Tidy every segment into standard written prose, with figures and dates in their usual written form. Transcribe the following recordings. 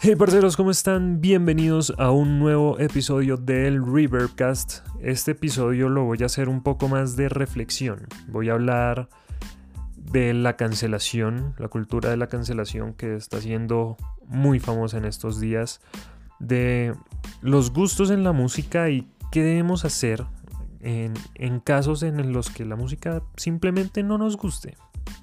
Hey parceros, ¿cómo están? Bienvenidos a un nuevo episodio del Reverbcast. Este episodio lo voy a hacer un poco más de reflexión. Voy a hablar de la cancelación, la cultura de la cancelación que está siendo muy famosa en estos días, de los gustos en la música y qué debemos hacer en casos en los que la música simplemente no nos guste.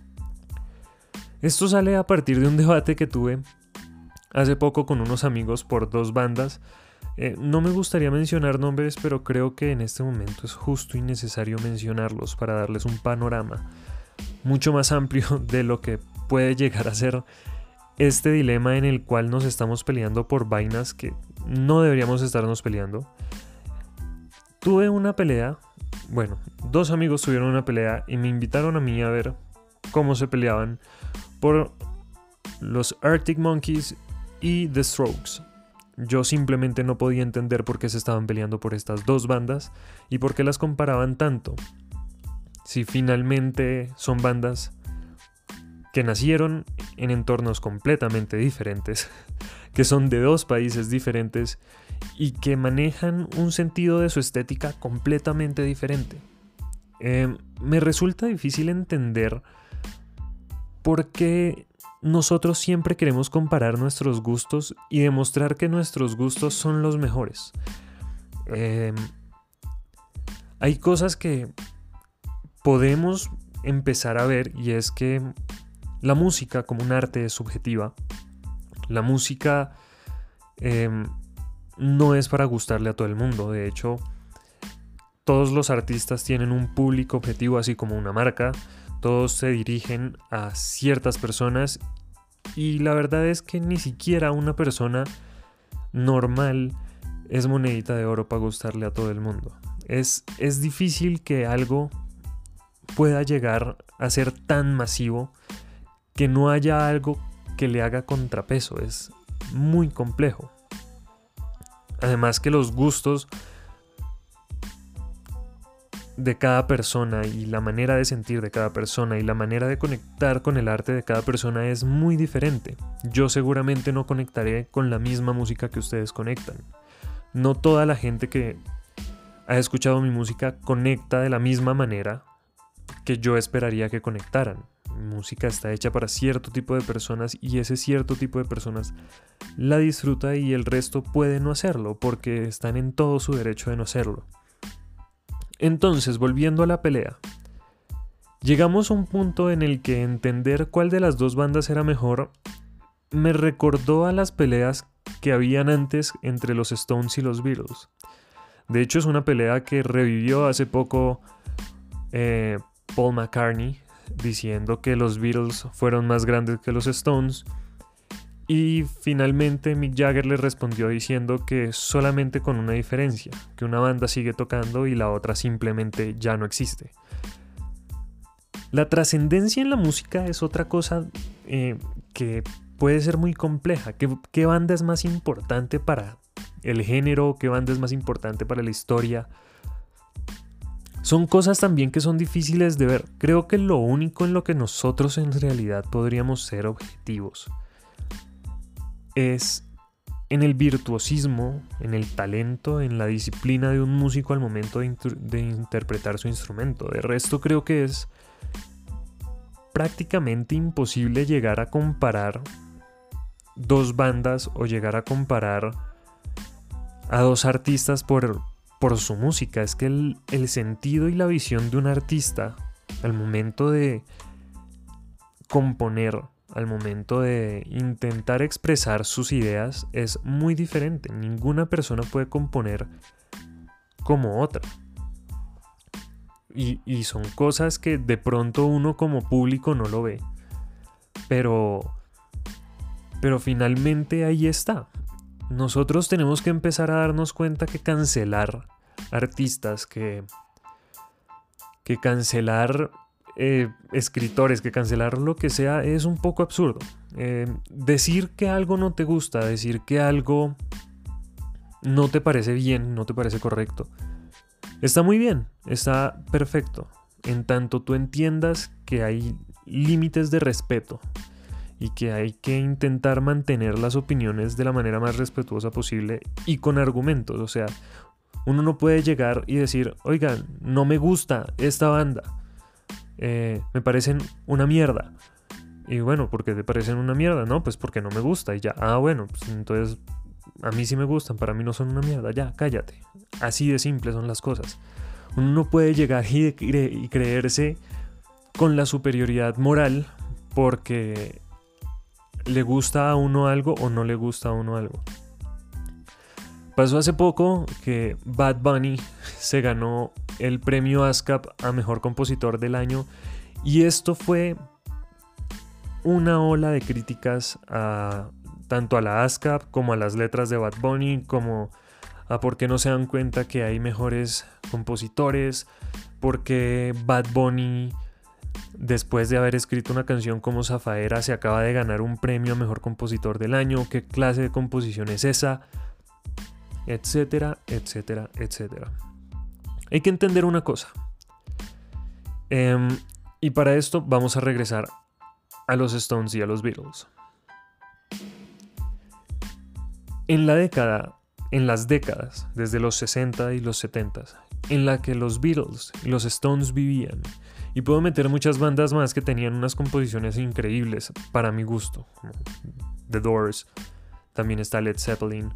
Esto sale a partir de un debate que tuve hace poco con unos amigos por dos bandas. No me gustaría mencionar nombres, pero creo que en este momento es justo y necesario mencionarlos para darles un panorama mucho más amplio de lo que puede llegar a ser este dilema en el cual nos estamos peleando por vainas que no deberíamos estarnos peleando. Tuve una pelea, dos amigos tuvieron una pelea y me invitaron a mí a ver cómo se peleaban por los Arctic Monkeys y The Strokes. Yo simplemente no podía entender por qué se estaban peleando por estas dos bandas y por qué las comparaban tanto. Si finalmente son bandas que nacieron en entornos completamente diferentes, que son de dos países diferentes y que manejan un sentido de su estética completamente diferente. Me resulta difícil entender por qué nosotros siempre queremos comparar nuestros gustos y demostrar que nuestros gustos son los mejores. Hay cosas que podemos empezar a ver, y es que la música como un arte es subjetiva. La música no es para gustarle a todo el mundo. De hecho, todos los artistas tienen un público objetivo, así como una marca. Todos se dirigen a ciertas personas y la verdad es que ni siquiera una persona normal es monedita de oro para gustarle a todo el mundo. Es difícil que algo pueda llegar a ser tan masivo que no haya algo que le haga contrapeso. Es muy complejo. Además que los gustos de cada persona y la manera de sentir de cada persona y la manera de conectar con el arte de cada persona es muy diferente. Yo seguramente no conectaré con la misma música que ustedes conectan. No toda la gente que ha escuchado mi música conecta de la misma manera que yo esperaría que conectaran. Mi música está hecha para cierto tipo de personas y ese cierto tipo de personas la disfruta y el resto puede no hacerlo porque están en todo su derecho de no hacerlo. Entonces, volviendo a la pelea, llegamos a un punto en el que entender cuál de las dos bandas era mejor me recordó a las peleas que habían antes entre los Stones y los Beatles. De hecho, es una pelea que revivió hace poco Paul McCartney, diciendo que los Beatles fueron más grandes que los Stones. Y finalmente Mick Jagger le respondió diciendo que solamente con una diferencia, que una banda sigue tocando y la otra simplemente ya no existe. La trascendencia en la música es otra cosa que puede ser muy compleja. ¿Qué banda es más importante para el género? ¿Qué banda es más importante para la historia? Son cosas también que son difíciles de ver. Creo que lo único en lo que nosotros en realidad podríamos ser objetivos es en el virtuosismo, en el talento, en la disciplina de un músico al momento de interpretar su instrumento. De resto creo que es prácticamente imposible llegar a comparar dos bandas o llegar a comparar a dos artistas por su música. Es que el sentido y la visión de un artista al momento de componer, al momento de intentar expresar sus ideas, es muy diferente. Ninguna persona puede componer como otra. Y son cosas que de pronto uno como público no lo ve. Pero finalmente ahí está. Nosotros tenemos que empezar a darnos cuenta que cancelar artistas, que cancelar escritores, que cancelar lo que sea es un poco absurdo. Decir que algo no te gusta, decir que algo no te parece bien, no te parece correcto, está muy bien, está perfecto, en tanto tú entiendas que hay límites de respeto y que hay que intentar mantener las opiniones de la manera más respetuosa posible y con argumentos. O sea, uno no puede llegar y decir, oigan, no me gusta esta banda, me parecen una mierda. Y bueno, ¿por qué te parecen una mierda? No, pues porque no me gusta y ya. Bueno, pues entonces a mí sí me gustan, para mí no son una mierda, ya, cállate. Así de simple son las cosas. Uno no puede llegar y creerse con la superioridad moral porque le gusta a uno algo o no le gusta a uno algo. Pasó hace poco que Bad Bunny se ganó el premio ASCAP a Mejor Compositor del Año y esto fue una ola de críticas tanto a la ASCAP como a las letras de Bad Bunny, como a por qué no se dan cuenta que hay mejores compositores, porque Bad Bunny, después de haber escrito una canción como Zafaera, se acaba de ganar un premio a Mejor Compositor del Año, qué clase de composición es esa, etcétera, etcétera, etcétera. Hay que entender una cosa, y para esto vamos a regresar a los Stones y a los Beatles. En las décadas, desde los 60 y los 70, en la que los Beatles y los Stones vivían, y puedo meter muchas bandas más que tenían unas composiciones increíbles para mi gusto, como The Doors, también está Led Zeppelin,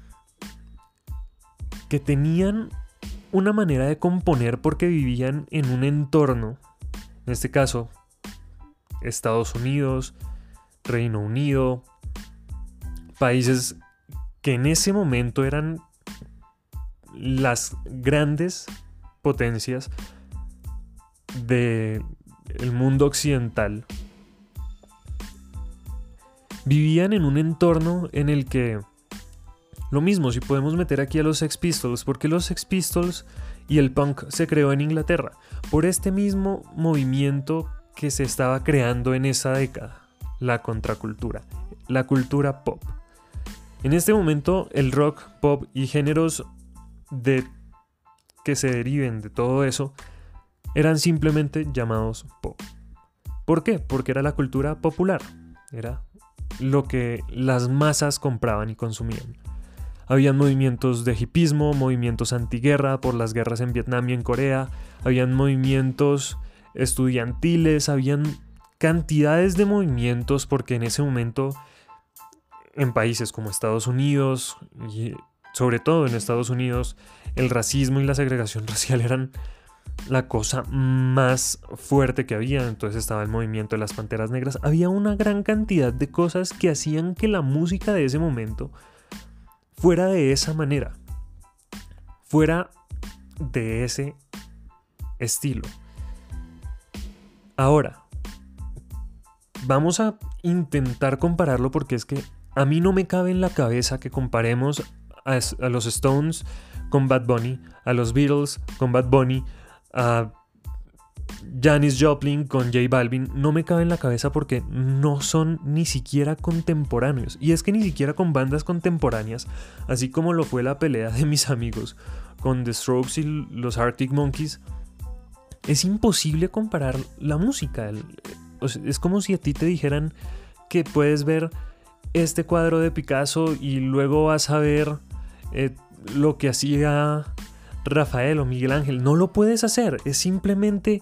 que tenían una manera de componer porque vivían en un entorno, en este caso, Estados Unidos, Reino Unido, países que en ese momento eran las grandes potencias del mundo occidental, vivían en un entorno en el que, lo mismo, si podemos meter aquí a los Sex Pistols, porque los Sex Pistols y el punk se creó en Inglaterra, por este mismo movimiento que se estaba creando en esa década, la contracultura, la cultura pop. En este momento el rock, pop y géneros que se deriven de todo eso eran simplemente llamados pop. ¿Por qué? Porque era la cultura popular, era lo que las masas compraban y consumían. Habían movimientos de hipismo, movimientos antiguerra por las guerras en Vietnam y en Corea, habían movimientos estudiantiles, habían cantidades de movimientos porque en ese momento en países como Estados Unidos y sobre todo en Estados Unidos el racismo y la segregación racial eran la cosa más fuerte que había. Entonces estaba el movimiento de las Panteras Negras, había una gran cantidad de cosas que hacían que la música de ese momento fuera de esa manera, fuera de ese estilo. Ahora, vamos a intentar compararlo porque es que a mí no me cabe en la cabeza que comparemos a los Stones con Bad Bunny, a los Beatles con Bad Bunny, a Janis Joplin con J Balvin. No me cabe en la cabeza porque no son ni siquiera contemporáneos. Y es que ni siquiera con bandas contemporáneas, así como lo fue la pelea de mis amigos con The Strokes y los Arctic Monkeys, es imposible comparar la música. Es como si a ti te dijeran que puedes ver este cuadro de Picasso y luego vas a ver lo que hacía Rafael o Miguel Ángel. No lo puedes hacer, es simplemente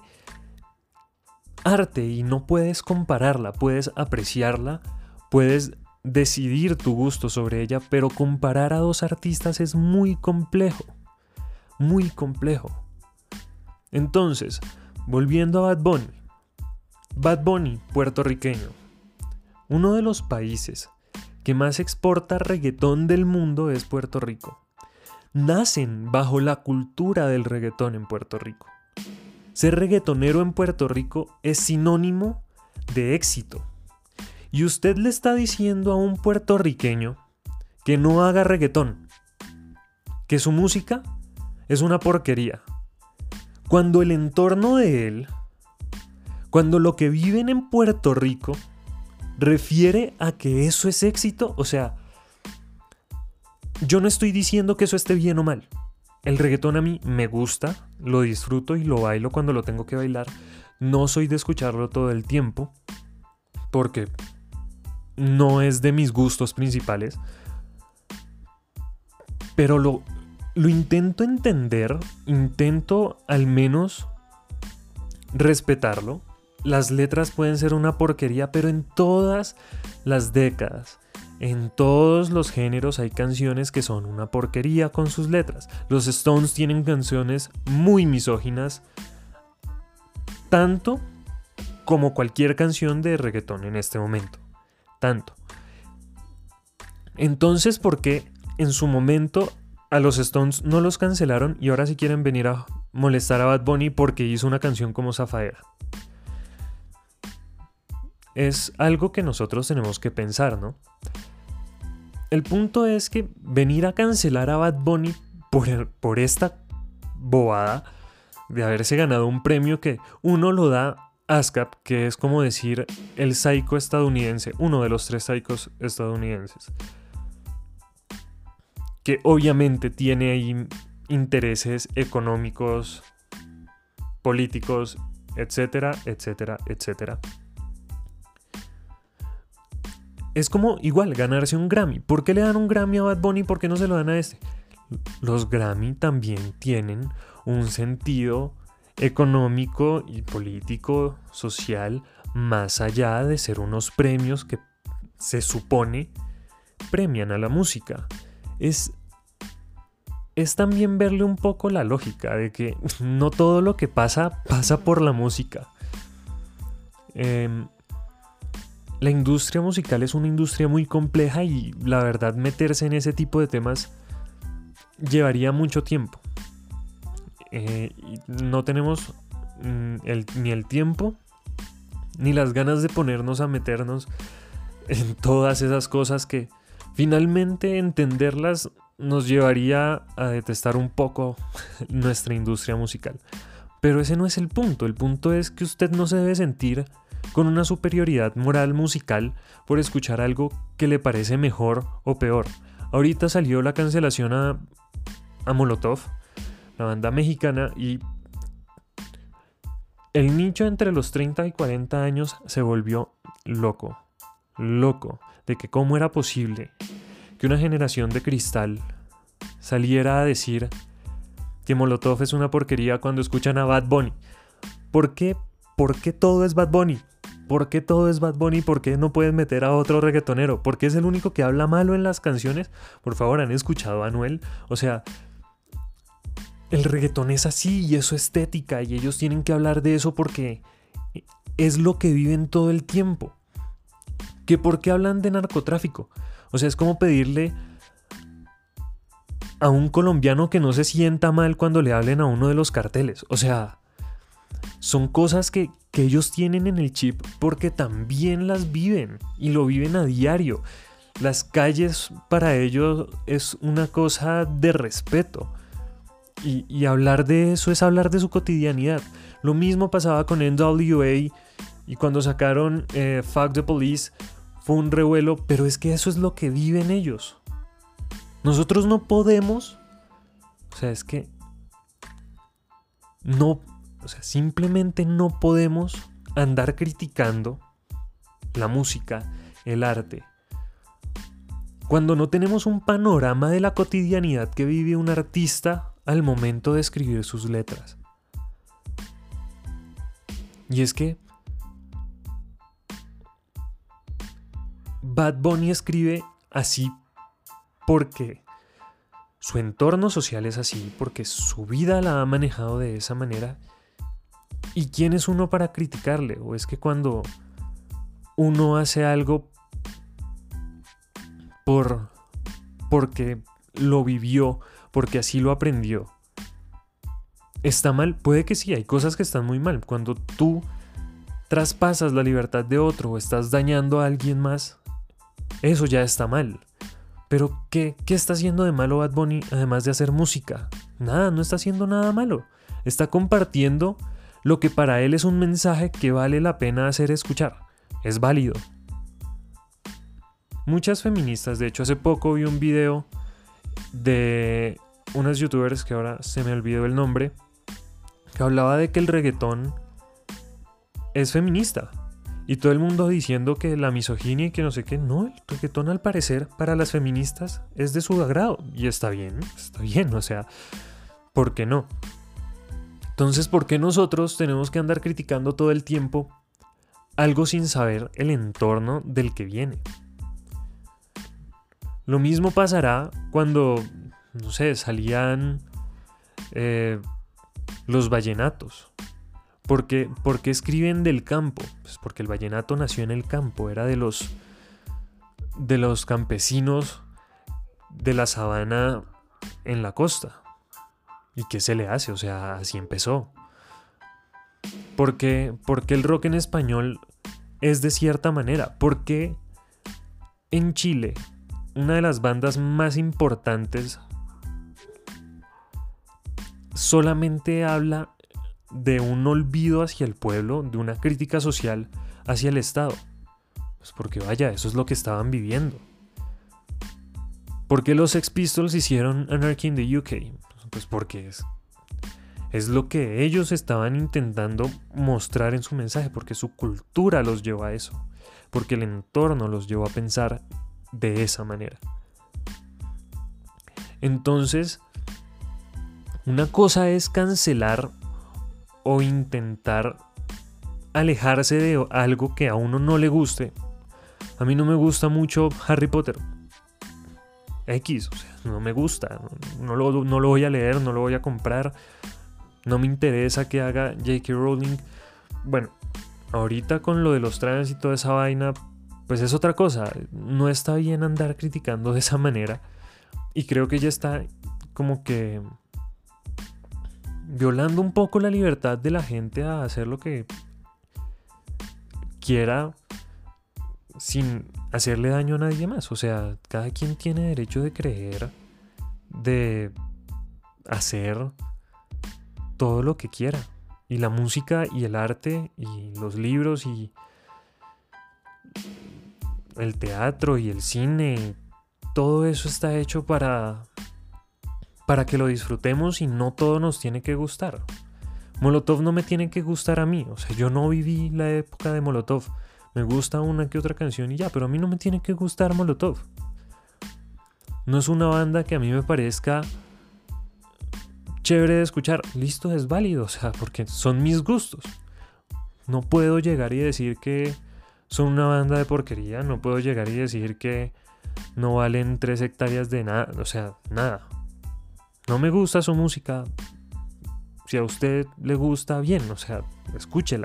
arte y no puedes compararla, puedes apreciarla, puedes decidir tu gusto sobre ella, pero comparar a dos artistas es muy complejo, muy complejo. Entonces, volviendo a Bad Bunny, puertorriqueño, uno de los países que más exporta reggaetón del mundo es Puerto Rico. Nacen bajo la cultura del reggaetón en Puerto Rico. Ser reggaetonero en Puerto Rico es sinónimo de éxito. Y usted le está diciendo a un puertorriqueño que no haga reggaetón, que su música es una porquería, cuando el entorno de él, cuando lo que viven en Puerto Rico refiere a que eso es éxito. O sea, yo no estoy diciendo que eso esté bien o mal. El reggaetón a mí me gusta, lo disfruto y lo bailo cuando lo tengo que bailar. No soy de escucharlo todo el tiempo, porque no es de mis gustos principales, pero lo intento entender, intento al menos respetarlo. Las letras pueden ser una porquería, pero en todas las décadas, en todos los géneros hay canciones que son una porquería con sus letras. Los Stones tienen canciones muy misóginas, tanto como cualquier canción de reggaetón en este momento. Tanto. Entonces, ¿por qué en su momento a los Stones no los cancelaron y ahora sí quieren venir a molestar a Bad Bunny porque hizo una canción como Zafaera? Es algo que nosotros tenemos que pensar, ¿no? El punto es que venir a cancelar a Bad Bunny por esta bobada de haberse ganado un premio que uno lo da ASCAP, que es como decir el psycho estadounidense, uno de los 3 psychos estadounidenses, que obviamente tiene ahí intereses económicos, políticos, etcétera, etcétera, etcétera. Es como igual ganarse un Grammy. ¿Por qué le dan un Grammy a Bad Bunny? ¿Por qué no se lo dan a este? Los Grammy también tienen un sentido económico y político, social, más allá de ser unos premios que se supone premian a la música. Es también verle un poco la lógica de que no todo lo que pasa por la música. La industria musical es una industria muy compleja y la verdad meterse en ese tipo de temas llevaría mucho tiempo. No tenemos ni el tiempo ni las ganas de ponernos a meternos en todas esas cosas que finalmente entenderlas nos llevaría a detestar un poco nuestra industria musical. Pero ese no es el punto. El punto es que usted no se debe sentir con una superioridad moral musical por escuchar algo que le parece mejor o peor. Ahorita salió la cancelación a Molotov, la banda mexicana, y el nicho entre los 30 y 40 años se volvió loco, de que cómo era posible que una generación de cristal saliera a decir que Molotov es una porquería cuando escuchan a Bad Bunny. ¿Por qué todo es Bad Bunny? ¿Por qué todo es Bad Bunny? ¿Por qué no pueden meter a otro reggaetonero? ¿Por qué es el único que habla malo en las canciones? Por favor, ¿han escuchado a Anuel? O sea, el reggaetón es así y es su estética y ellos tienen que hablar de eso porque es lo que viven todo el tiempo. ¿Que por qué hablan de narcotráfico? O sea, es como pedirle a un colombiano que no se sienta mal cuando le hablen a uno de los carteles. O sea, son cosas que ellos tienen en el chip porque también las viven y lo viven a diario. Las calles para ellos es una cosa de respeto y hablar de eso es hablar de su cotidianidad. Lo mismo pasaba con NWA y cuando sacaron Fuck the Police fue un revuelo, pero es que eso es lo que viven ellos. Nosotros no podemos, o sea, es que no, o sea, simplemente no podemos andar criticando la música, el arte, cuando no tenemos un panorama de la cotidianidad que vive un artista al momento de escribir sus letras. Y es que Bad Bunny escribe así porque su entorno social es así, porque su vida la ha manejado de esa manera. ¿Y quién es uno para criticarle? ¿O es que cuando uno hace algo porque lo vivió, porque así lo aprendió, está mal? Puede que sí, hay cosas que están muy mal. Cuando tú traspasas la libertad de otro o estás dañando a alguien más, eso ya está mal. Pero ¿qué está haciendo de malo Bad Bunny además de hacer música? Nada, no está haciendo nada malo. Está compartiendo lo que para él es un mensaje que vale la pena hacer escuchar. Es válido. Muchas feministas, de hecho hace poco vi un video de unas youtubers que ahora se me olvidó el nombre, que hablaba de que el reggaetón es feminista Y todo el mundo diciendo que la misoginia y que no sé qué. No, el reggaetón al parecer para las feministas es de su agrado. Y está bien, o sea, ¿por qué no? Entonces, ¿por qué nosotros tenemos que andar criticando todo el tiempo algo sin saber el entorno del que viene? Lo mismo pasará cuando, no sé, salían los vallenatos. ¿Por qué escriben del campo? Pues porque el vallenato nació en el campo, era de los campesinos de la sabana en la costa. ¿Y qué se le hace? O sea, así empezó. ¿Por qué el rock en español es de cierta manera? Porque en Chile, una de las bandas más importantes solamente habla de un olvido hacia el pueblo, de una crítica social hacia el Estado? Pues porque vaya, eso es lo que estaban viviendo. ¿Por qué los Sex Pistols hicieron Anarchy in the UK? Pues porque es lo que ellos estaban intentando mostrar en su mensaje, porque su cultura los llevó a eso, porque el entorno los llevó a pensar de esa manera. Entonces, una cosa es cancelar o intentar alejarse de algo que a uno no le guste. A mí no me gusta mucho Harry Potter. X, o sea, no me gusta. No lo voy a leer, no lo voy a comprar. No me interesa que haga J.K. Rowling. Bueno, ahorita con lo de los trans y toda esa vaina, pues es otra cosa. No está bien andar criticando de esa manera. Y creo que ya está como que violando un poco la libertad de la gente a hacer lo que quiera sin hacerle daño a nadie más. O sea, cada quien tiene derecho de creer, de hacer todo lo que quiera. Y la música y el arte y los libros y el teatro y el cine, todo eso está hecho para que lo disfrutemos y no todo nos tiene que gustar. Molotov no me tiene que gustar a mí. O sea, yo no viví la época de Molotov. Me gusta una que otra canción y ya, pero a mí no me tiene que gustar Molotov. No es una banda que a mí me parezca chévere de escuchar. Listo, es válido, o sea, porque son mis gustos. No puedo llegar y decir que son una banda de porquería. No puedo llegar y decir que no valen 3 hectáreas de nada. O sea, nada. No me gusta su música. Si a usted le gusta, bien, o sea, escúchela.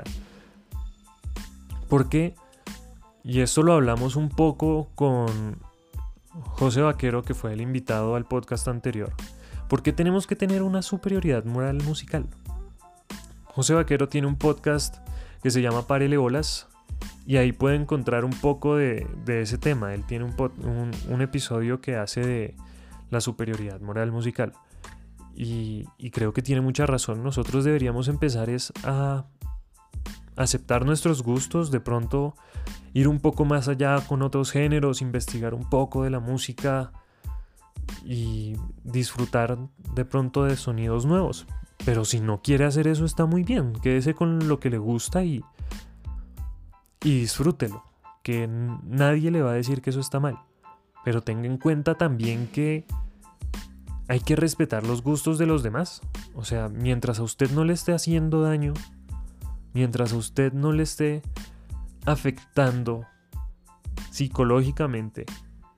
Porque, y esto lo hablamos un poco con José Vaquero, que fue el invitado al podcast anterior, ¿por qué tenemos que tener una superioridad moral musical? José Vaquero tiene un podcast que se llama Párele Bolas, y ahí puede encontrar un poco de ese tema. Él tiene un episodio que hace de la superioridad moral musical. Y creo que tiene mucha razón. Nosotros deberíamos empezar a aceptar nuestros gustos, de pronto ir un poco más allá con otros géneros, investigar un poco de la música y disfrutar de pronto de sonidos nuevos. Pero si no quiere hacer eso, está muy bien. Quédese con lo que le gusta y disfrútelo. Que nadie le va a decir que eso está mal. Pero tenga en cuenta también que hay que respetar los gustos de los demás. O sea, mientras a usted no le esté haciendo daño, mientras a usted no le esté afectando psicológicamente,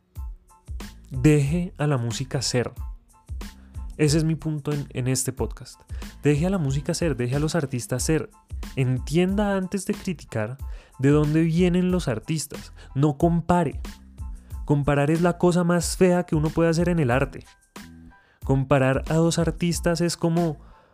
deje a la música ser. Ese es mi punto en este podcast. Deje a la música ser, deje a los artistas ser. Entienda antes de criticar de dónde vienen los artistas. No compare. Comparar es la cosa más fea que uno puede hacer en el arte. Comparar a dos artistas es como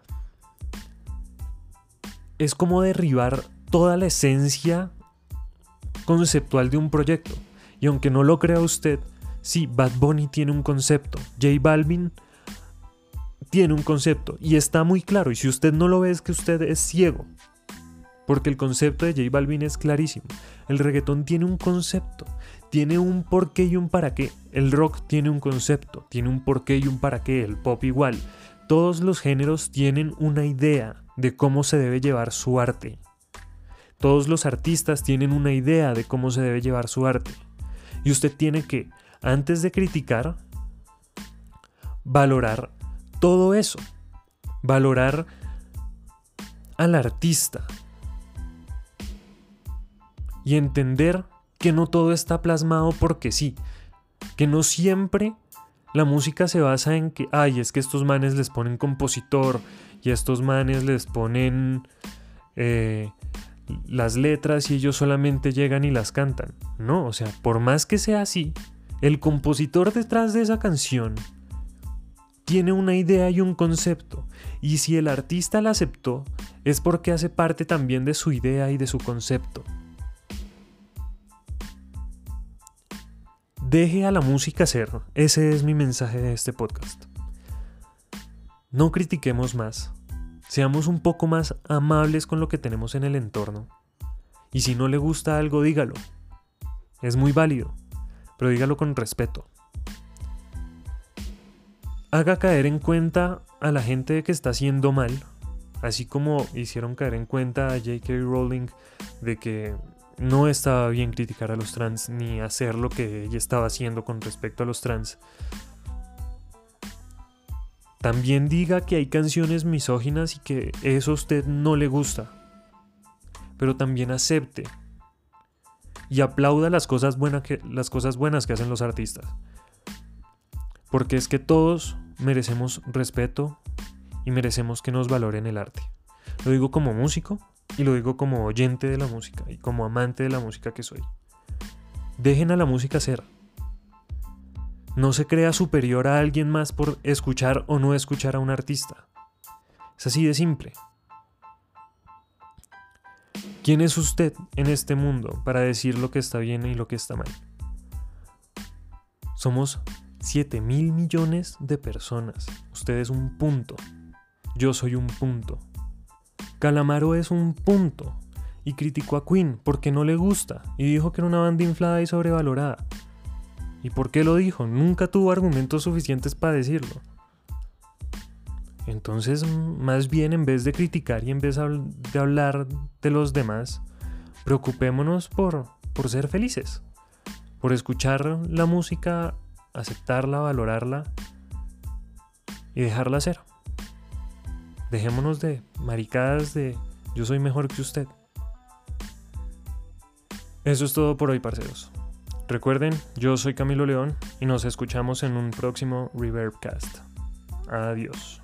derribar toda la esencia conceptual de un proyecto. Y aunque no lo crea usted, sí, Bad Bunny tiene un concepto, J Balvin tiene un concepto y está muy claro. Y si usted no lo ve, es que usted es ciego, porque el concepto de J Balvin es clarísimo. El reggaetón tiene un concepto, tiene un porqué y un para qué. El rock tiene un concepto, tiene un porqué y un para qué. El pop igual. Todos los géneros tienen una idea de cómo se debe llevar su arte. Todos los artistas tienen una idea de cómo se debe llevar su arte. Y usted tiene que, antes de criticar, valorar todo eso. Valorar al artista. Y entender que no todo está plasmado porque sí. Que no siempre la música se basa en que, es que estos manes les ponen compositor y estos manes les ponen las letras y ellos solamente llegan y las cantan. No, o sea, por más que sea así, el compositor detrás de esa canción tiene una idea y un concepto, y si el artista la aceptó, es porque hace parte también de su idea y de su concepto. Deje a la música ser, ese es mi mensaje de este podcast. No critiquemos más, seamos un poco más amables con lo que tenemos en el entorno. Y si no le gusta algo, dígalo. Es muy válido, pero dígalo con respeto. Haga caer en cuenta a la gente que está haciendo mal, así como hicieron caer en cuenta a J.K. Rowling de que no estaba bien criticar a los trans ni hacer lo que ella estaba haciendo con respecto a los trans. También diga que hay canciones misóginas y que eso a usted no le gusta, pero también acepte y aplauda las cosas buenas que hacen los artistas, porque es que todos merecemos respeto y merecemos que nos valoren el arte. Lo digo como músico y lo digo como oyente de la música y como amante de la música que soy. Dejen a la música ser. No se crea superior a alguien más por escuchar o no escuchar a un artista. Es así de simple. ¿Quién es usted en este mundo para decir lo que está bien y lo que está mal? Somos 7.000 millones de personas. Usted es un punto. Yo soy un punto. Calamaro es un punto. Y criticó a Queen porque no le gusta. Y dijo que era una banda inflada y sobrevalorada. ¿Y por qué lo dijo? Nunca tuvo argumentos suficientes para decirlo. Entonces, más bien, en vez de criticar y en vez de hablar de los demás, preocupémonos por ser felices. Por escuchar la música, aceptarla, valorarla y dejarla ser. Dejémonos de maricadas de yo soy mejor que usted. Eso es todo por hoy, parceros. Recuerden, yo soy Camilo León y nos escuchamos en un próximo Reverbcast. Adiós.